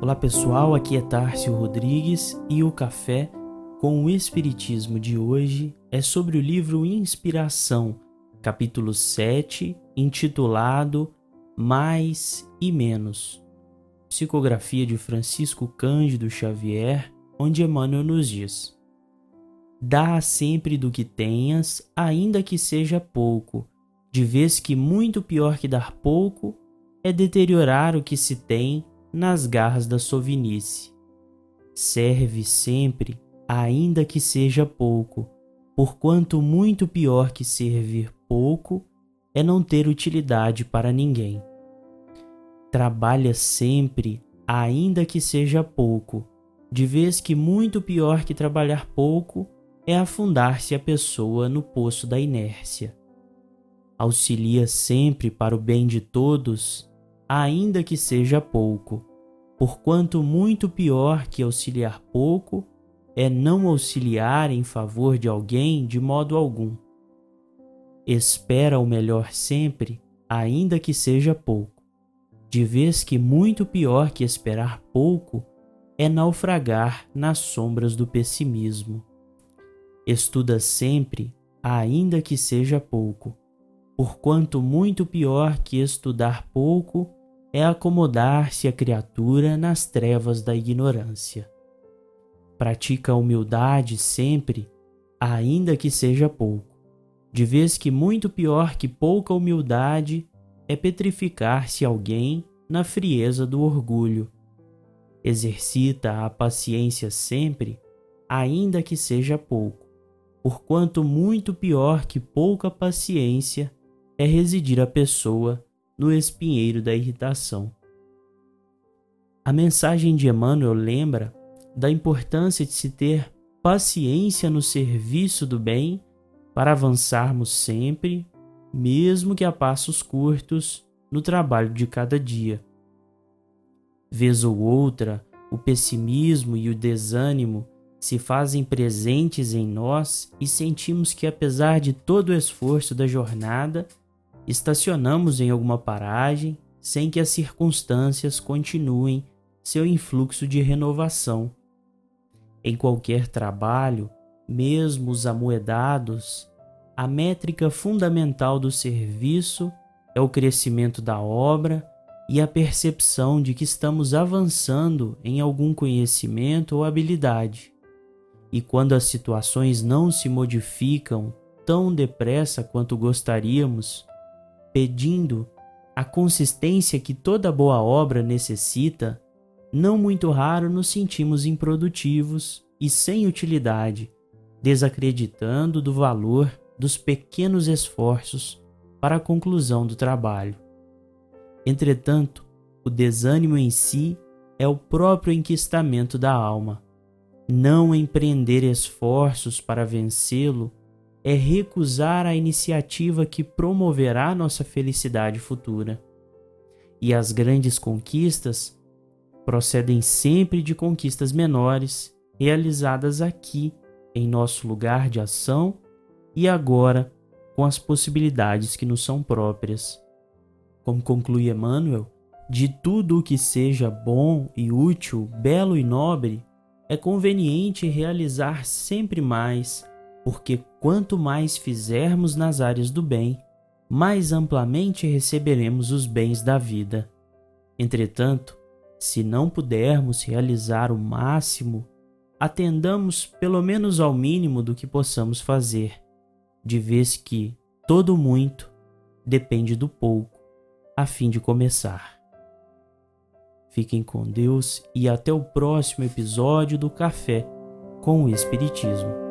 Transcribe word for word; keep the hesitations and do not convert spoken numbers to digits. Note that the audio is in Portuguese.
Olá pessoal, aqui é Tárcio Rodrigues e o Café com o Espiritismo de hoje é sobre o livro Inspiração, capítulo sete, intitulado Mais e Menos. Psicografia de Francisco Cândido Xavier, onde Emmanuel nos diz: Dá sempre do que tenhas, ainda que seja pouco, de vez que muito pior que dar pouco é deteriorar o que se tem nas garras da sovinice. Serve sempre, ainda que seja pouco, porquanto muito pior que servir pouco é não ter utilidade para ninguém. Trabalha sempre, ainda que seja pouco, de vez que muito pior que trabalhar pouco é afundar-se a pessoa no poço da inércia. Auxilia sempre para o bem de todos, ainda que seja pouco, porquanto muito pior que auxiliar pouco é não auxiliar em favor de alguém de modo algum. Espera o melhor sempre, ainda que seja pouco, de vez que muito pior que esperar pouco é naufragar nas sombras do pessimismo. Estuda sempre, ainda que seja pouco, porquanto muito pior que estudar pouco é acomodar-se a criatura nas trevas da ignorância. Pratica a humildade sempre, ainda que seja pouco, de vez que muito pior que pouca humildade é petrificar-se alguém na frieza do orgulho. Exercita a paciência sempre, ainda que seja pouco, porquanto muito pior que pouca paciência é residir a pessoa no espinheiro da irritação. A mensagem de Emmanuel lembra da importância de se ter paciência no serviço do bem para avançarmos sempre, mesmo que a passos curtos, no trabalho de cada dia. Vez ou outra, o pessimismo e o desânimo se fazem presentes em nós e sentimos que, apesar de todo o esforço da jornada, estacionamos em alguma paragem sem que as circunstâncias continuem seu influxo de renovação. Em qualquer trabalho, mesmo os amoedados, a métrica fundamental do serviço é o crescimento da obra e a percepção de que estamos avançando em algum conhecimento ou habilidade. E quando as situações não se modificam tão depressa quanto gostaríamos, pedindo a consistência que toda boa obra necessita, não muito raro nos sentimos improdutivos e sem utilidade, desacreditando do valor dos pequenos esforços para a conclusão do trabalho. Entretanto, o desânimo em si é o próprio enquistamento da alma. Não empreender esforços para vencê-lo é recusar a iniciativa que promoverá nossa felicidade futura. E as grandes conquistas procedem sempre de conquistas menores, realizadas aqui, em nosso lugar de ação e agora, com as possibilidades que nos são próprias. Como conclui Emmanuel, de tudo o que seja bom e útil, belo e nobre, é conveniente realizar sempre mais, porque quanto mais fizermos nas áreas do bem, mais amplamente receberemos os bens da vida. Entretanto, se não pudermos realizar o máximo, atendamos pelo menos ao mínimo do que possamos fazer, de vez que todo muito depende do pouco, a fim de começar. Fiquem com Deus e até o próximo episódio do Café com o Espiritismo.